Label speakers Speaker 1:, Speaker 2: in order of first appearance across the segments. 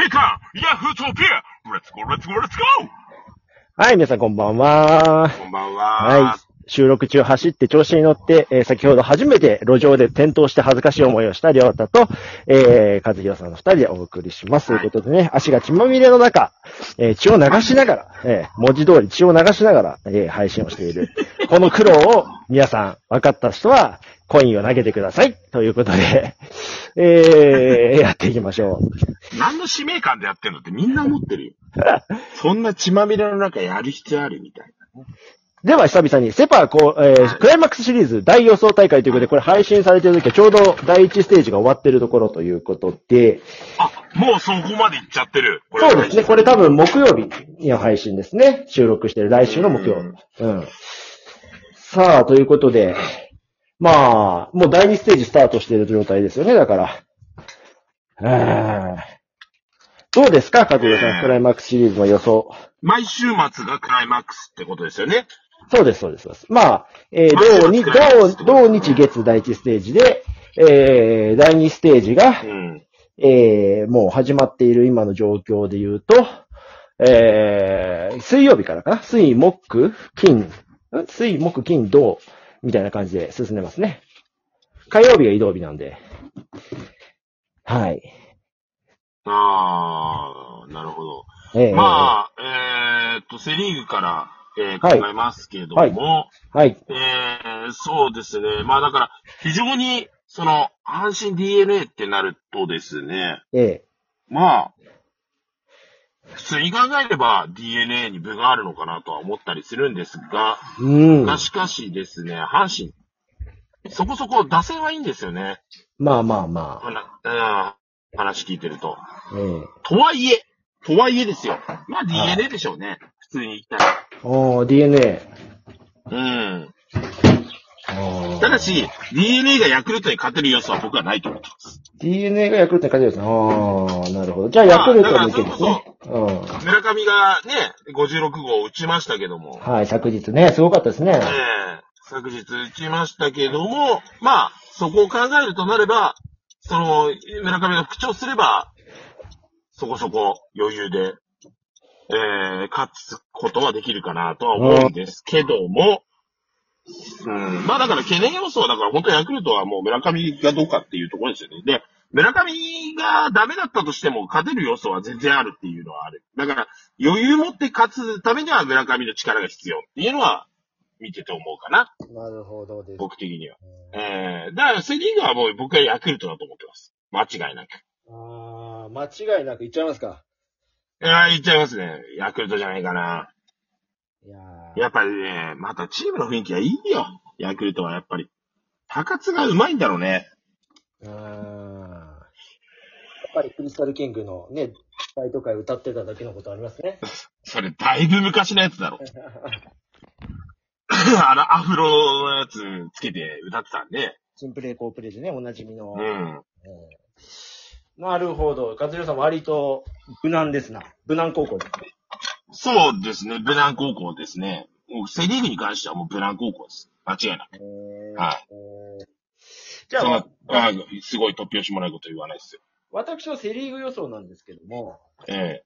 Speaker 1: 間ヤフートピアレッツゴーレッツゴーレッツゴー。
Speaker 2: はい、皆さんこんばんは。
Speaker 1: こんばんは。
Speaker 2: はい。収録中走って調子に乗って、先ほど初めて路上で転倒して恥ずかしい思いをしたりょうたと、和弘さんの二人でお送りします。ということでね、足が血まみれの中、血を流しながら、文字通り血を流しながら、配信をしている。この苦労を皆さん分かった人は、コインを投げてください。ということで、やっていきましょう。
Speaker 1: 何の使命感でやってんのってみんな思ってるよ。そんな血まみれの中やる必要あるみたいな。
Speaker 2: では久々にセパクライマックスシリーズ大予想大会ということで、これ配信されている時はちょうど第1ステージが終わっているところということで。
Speaker 1: あ、もうそこまで行っちゃってる。
Speaker 2: そうですね。これ多分木曜日に配信ですね。収録している来週の木曜日。うん。さあ、ということで、まあ、もう第2ステージスタートしている状態ですよね、だから。どうですか、和弘さん、クライマックスシリーズの予想。
Speaker 1: 毎週末がクライマックスってことですよね。
Speaker 2: そうです、そうです。まあ、土日月第1ステージで、第2ステージが、もう始まっている今の状況で言うと、水曜日からかな水、木、金、土、みたいな感じで進んでますね。火曜日が移動日なんで。はい。
Speaker 1: あー、なるほど。まあ、セリーグから、考えますけども、
Speaker 2: はい。
Speaker 1: そうですね。まあだから、非常に、阪神 DNA ってなるとですね、まあ、普通に考えれば DNA に分があるのかなとは思ったりするんですが、しかしですね、阪神、そこそこ打線はいいんですよね。
Speaker 2: まあ。
Speaker 1: 話聞いてると。とはいえですよ。まあ DNA でしょうね。普通に言ったら。
Speaker 2: DNA。
Speaker 1: ただし、DNA がヤクルトに勝てる要素は僕はないと思ってます。
Speaker 2: DNA がヤクルトに勝てる要素。なるほど。じゃあヤクルトに行けですね。
Speaker 1: 村上がね、56号打ちましたけども。
Speaker 2: はい、昨日ね、すごかったですね。
Speaker 1: 昨日打ちましたけども、まあ、そこを考えるとなれば、村上が復調すれば、そこそこ余裕で、勝つことはできるかなとは思うんですけども、まあだから懸念要素はだから本当にヤクルトはもう村上がどうかっていうところですよね。で、村上がダメだったとしても勝てる要素は全然あるっていうのはある。だから余裕持って勝つためには村上の力が必要っていうのは見てて思うかな。
Speaker 2: なるほどです。
Speaker 1: 僕的には。だからセリーグはもう僕はヤクルトだと思ってます。間違いなく。
Speaker 2: 間違いなく言っちゃいますか。
Speaker 1: 言っちゃいますね。ヤクルトじゃないかな。やっぱりね、またチームの雰囲気がいいよ。ヤクルトはやっぱり。高津が上手いんだろうね。
Speaker 2: やっぱりクリスタルキングのね、大都会歌ってただけのことありますね。
Speaker 1: それだいぶ昔のやつだろ。アフロのやつつけて歌ってたんで。
Speaker 2: チンプレイコープレイでね、おなじみの。なるほど。和弘さん割と無難ですな。無難高校ですね。
Speaker 1: そうですね。無難高校ですね。もうセリーグに関してはもう無難高校です。間違いなく。はい。じゃあ、すごい突拍子もないこと言わないですよ。
Speaker 2: 私はセリーグ予想なんですけども。言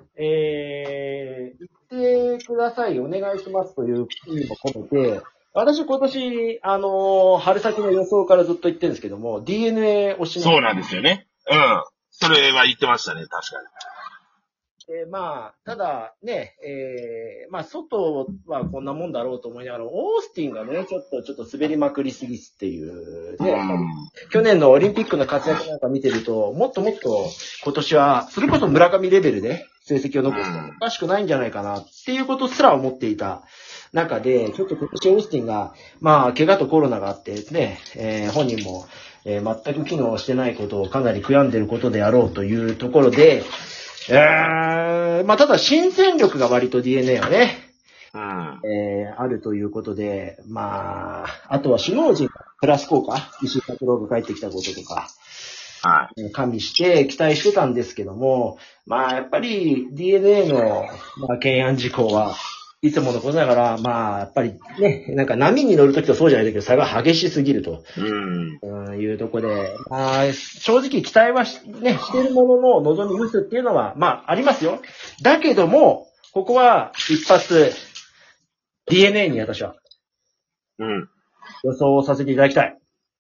Speaker 2: ってください。お願いしますという意味も込めて、私今年、春先の予想からずっと言ってるんですけども、DNA 推し
Speaker 1: そうなんですよね。それは言ってましたね、確かに。
Speaker 2: まあ、ただね、まあ、外はこんなもんだろうと思いながら、オースティンがね、ちょっと滑りまくりすぎっていうね、去年のオリンピックの活躍なんか見てると、もっともっと今年は、それこそ村上レベルで成績を残すのおかしくないんじゃないかなっていうことすら思っていた中で、ちょっと今年オースティンが、まあ、怪我とコロナがあってね、本人も、全く機能してないことをかなり悔やんでることであろうというところで、まあ、ただ新戦力が割と DNA はね、あるということで、まあ、あとは首脳陣がプラス効果、石井拓郎が帰ってきたこととか、加味して期待してたんですけども、まあ、やっぱり DNA の、まあ、懸案事項は、 いつものことだから、まあ、やっぱりね、なんか波に乗るときとそうじゃないときと差が激しすぎると、いうところで、まあ、正直期待はね、してるものの望みミスっていうのは、まあ、ありますよ。だけども、ここは一発、DNA に私は、予想をさせていただきたい。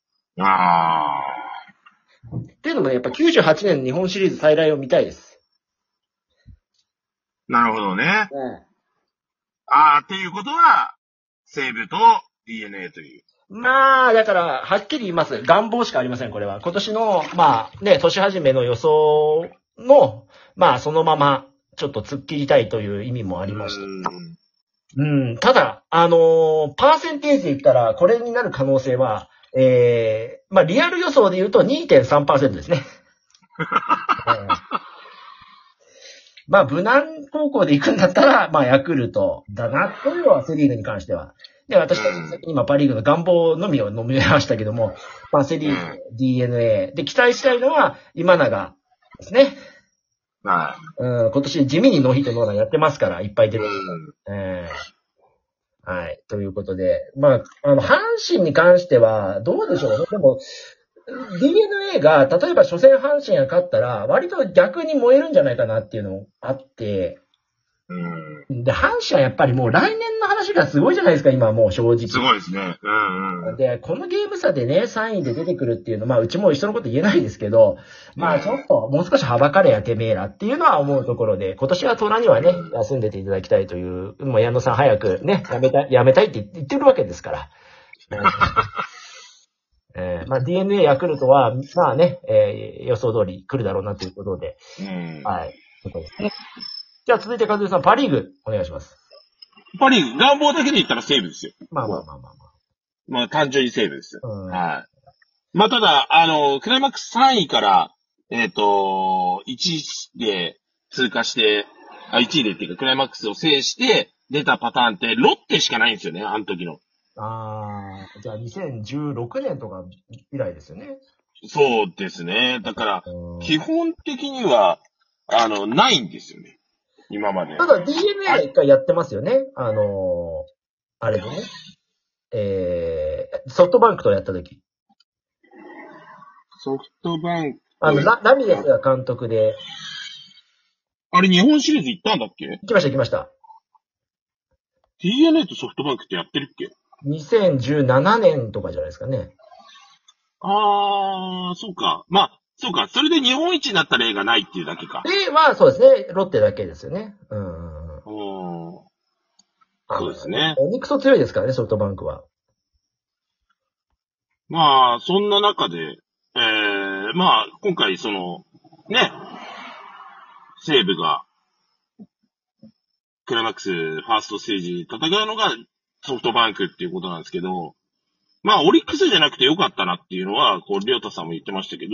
Speaker 2: っていうのもね、やっぱ98年日本シリーズ再来を見たいです。
Speaker 1: なるほどね。っていうことは、西武と DNA という。
Speaker 2: まあ、だから、はっきり言います。願望しかありません、これは。今年の、まあ、ね、年始めの予想の、まあ、そのまま、ちょっと突っ切りたいという意味もありまして。ただ、パーセンテージで言ったら、これになる可能性は、まあ、リアル予想で言うと 2.3% ですね。まあ、無難方向で行くんだったら、まあ、ヤクルトだな、というのはセリーグに関しては。で、私たち今パリーグの願望のみを飲みましたけども、まあ、セリーグ、DNA。で、期待したいのは、今永ですね。今年地味にノーヒットノーランやってますから、いっぱい出てる。はい。ということで、まあ、阪神に関しては、どうでしょうね。でも、DNA が、例えば初戦阪神が勝ったら、割と逆に燃えるんじゃないかなっていうのもあって、で、阪神はやっぱりもう来年の話がすごいじゃないですか、今もう正直。
Speaker 1: すごいですね。
Speaker 2: で、このゲーム差でね、3位で出てくるっていうのは、まあ、うちも一緒のこと言えないですけど、まあ、ちょっと、もう少しはばかれやてめえらっていうのは思うところで、今年は虎にはね、休んでていただきたいという、もう矢野さん早くね、やめたいって言ってるわけですから。まあ、DNA ヤクルトは、まあね、予想通り来るだろうなということで、はい、そうですね。じゃあ続いて、和代さん、パリーグ、お願いします。
Speaker 1: パリーグ、願望だけで言ったら西武ですよ。
Speaker 2: まあ。
Speaker 1: まあ、単純に西武ですよ。はい。まあ、ただ、クライマックス3位から、1位で通過して、1位でっていうか、クライマックスを制して、出たパターンって、ロッテしかないんですよね、あの時の。
Speaker 2: じゃあ2016年とか以来ですよね。
Speaker 1: そうですね。だから、基本的には、ないんですよね。今まで。
Speaker 2: ただ DNA が一回やってますよね。あれでね。ソフトバンクとやった時。
Speaker 1: ソフトバンク。
Speaker 2: ラミレスが監督で。
Speaker 1: あれ日本シリーズ行ったんだっけ？
Speaker 2: 行きました。
Speaker 1: DNA とソフトバンクってやってるっけ？
Speaker 2: 2017年とかじゃないですかね。
Speaker 1: そうか。まあ、そうか。それで日本一になった例がないっていうだけか。
Speaker 2: まあそうですね。ロッテだけですよね。
Speaker 1: そうですね。
Speaker 2: クソ強いですからね、ソフトバンクは。
Speaker 1: まあ、そんな中で、まあ、今回ね、西武が、クライマックスファーストステージ戦うのがソフトバンクっていうことなんですけど、まあ、オリックスじゃなくてよかったなっていうのは、りょうたさんも言ってましたけど、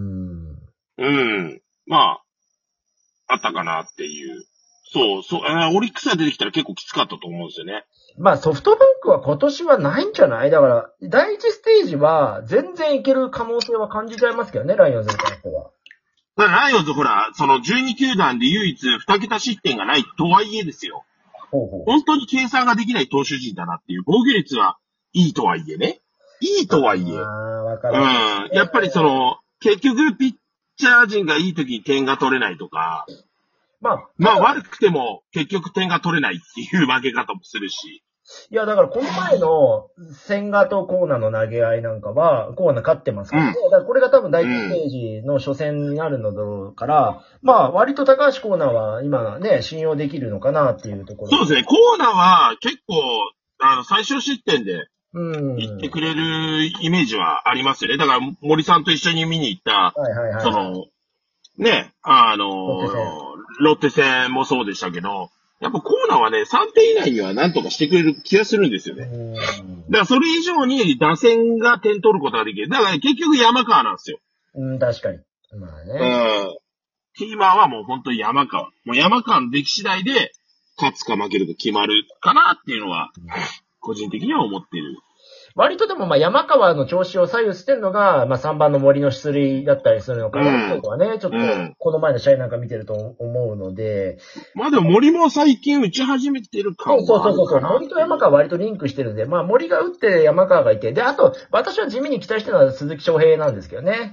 Speaker 1: まあ、あったかなっていう。オリックスが出てきたら結構きつかったと思うんですよね。
Speaker 2: まあソフトバンクは今年はないんじゃない？だから、第一ステージは全然いける可能性は感じちゃいますけどね、ライオンズに関しては。
Speaker 1: ライオンズほら、12球団で唯一2桁失点がないとはいえですよ。本当に計算ができない投手陣だなっていう、防御率はいいとはいえね。いいとはいえ。
Speaker 2: わかる。
Speaker 1: やっぱり結局ピッチャー陣がいい時に点が取れないとか、まあ悪くても結局点が取れないっていう負け方もするし。
Speaker 2: いや、だからこの前の千賀とコーナの投げ合いなんかは、コーナ勝ってますからね。だからこれが多分第一ステージの初戦になるのだろうから、まあ割と高橋コーナーは今ね、信用できるのかなっていうところ。
Speaker 1: そうですね。コーナーは結構、最小失点で、言ってくれるイメージはありますよね。だから森さんと一緒に見に行った、ね、ロッテ戦もそうでしたけど、やっぱコーナーはね、3点以内には何とかしてくれる気がするんですよね。だからそれ以上に打線が点取ることができる。だから結局山川なんですよ。
Speaker 2: 確かに。まあね。
Speaker 1: キーマンはもう本当に山川。もう山川の出来次第で、勝つか負けるか決まるかなっていうのは、個人的には思っている。
Speaker 2: 割とでも山川の調子を左右してるのが、3番の森の出塁だったりするのかなっていうのはね、ちょっと、この前の試合なんか見てると思うので。
Speaker 1: まあでも森も最近打ち始めてる感はあるかな。
Speaker 2: そう。森と山川は割とリンクしてるんで、森が打って山川がいて、で、あと、私は地味に期待してるのは鈴木翔平なんですけどね。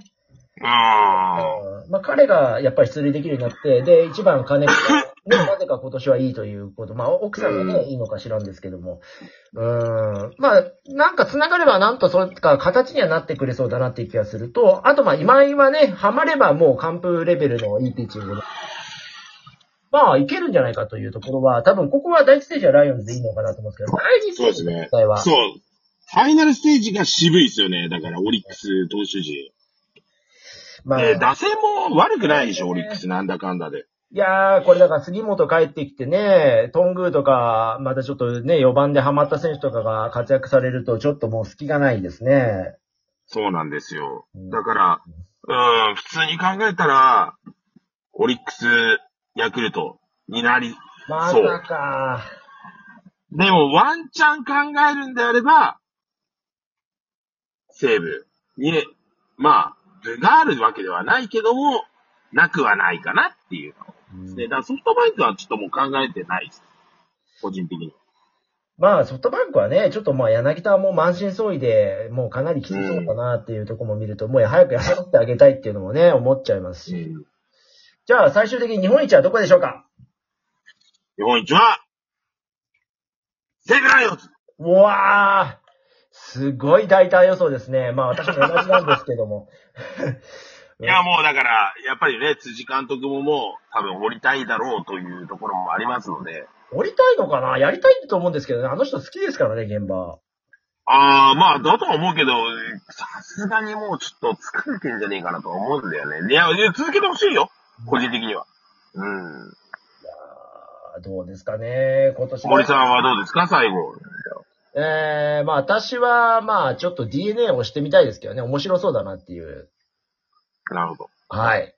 Speaker 2: 彼がやっぱり出塁できるようになって、で、1番金子が、なぜか今年はいいということ。奥さんがね、いいのか知らんですけども。なんか繋がればなんとそうか形にはなってくれそうだなっていう気がすると、あと今井はね、ハマればもう完封レベルのいいピッチングで。いけるんじゃないかというところは、多分ここは第一ステージはライオンズでいいのかなと思うんですけど、第二ステージの問題は。
Speaker 1: そう。ファイナルステージが渋いですよね。だから、オリックス投手陣。打線も悪くないでしょ、オリックスなんだかんだで。
Speaker 2: いやー、これだから杉本帰ってきてね、頓宮とか、またちょっとね、4番でハマった選手とかが活躍されると、ちょっともう隙がないですね。
Speaker 1: そうなんですよ。だから、普通に考えたら、オリックス、ヤクルトになり、
Speaker 2: まさか。
Speaker 1: でも、ワンチャン考えるんであれば、西武に、分があるわけではないけども、なくはないかなっていうのですね。だからソフトバンクはちょっともう考えてないです。個人的に。
Speaker 2: ソフトバンクはね、ちょっと柳田はもう満身創痍で、もうかなりきつそうかなっていうところも見ると、もう早く休まってあげたいっていうのもね、思っちゃいますし。じゃあ最終的に日本一はどこでしょうか？
Speaker 1: 日本一は、西武ライオンズ！
Speaker 2: うわー、すごい大胆予想ですね。私も同じなんですけども。
Speaker 1: いや、もうだから、やっぱりね、辻監督ももう多分降りたいだろうというところもありますので。
Speaker 2: 降りたいのかな？やりたいと思うんですけどね。あの人好きですからね、現場。
Speaker 1: だとは思うけど、さすがにもうちょっと疲れてんじゃねえかなと思うんだよね。いや、続けてほしいよ。個人的には。
Speaker 2: いやー、どうですかね、今年。
Speaker 1: 森さんはどうですか、最後。
Speaker 2: 私は、ちょっと DNA をしてみたいですけどね。面白そうだなっていう。
Speaker 1: なるほど。
Speaker 2: はい。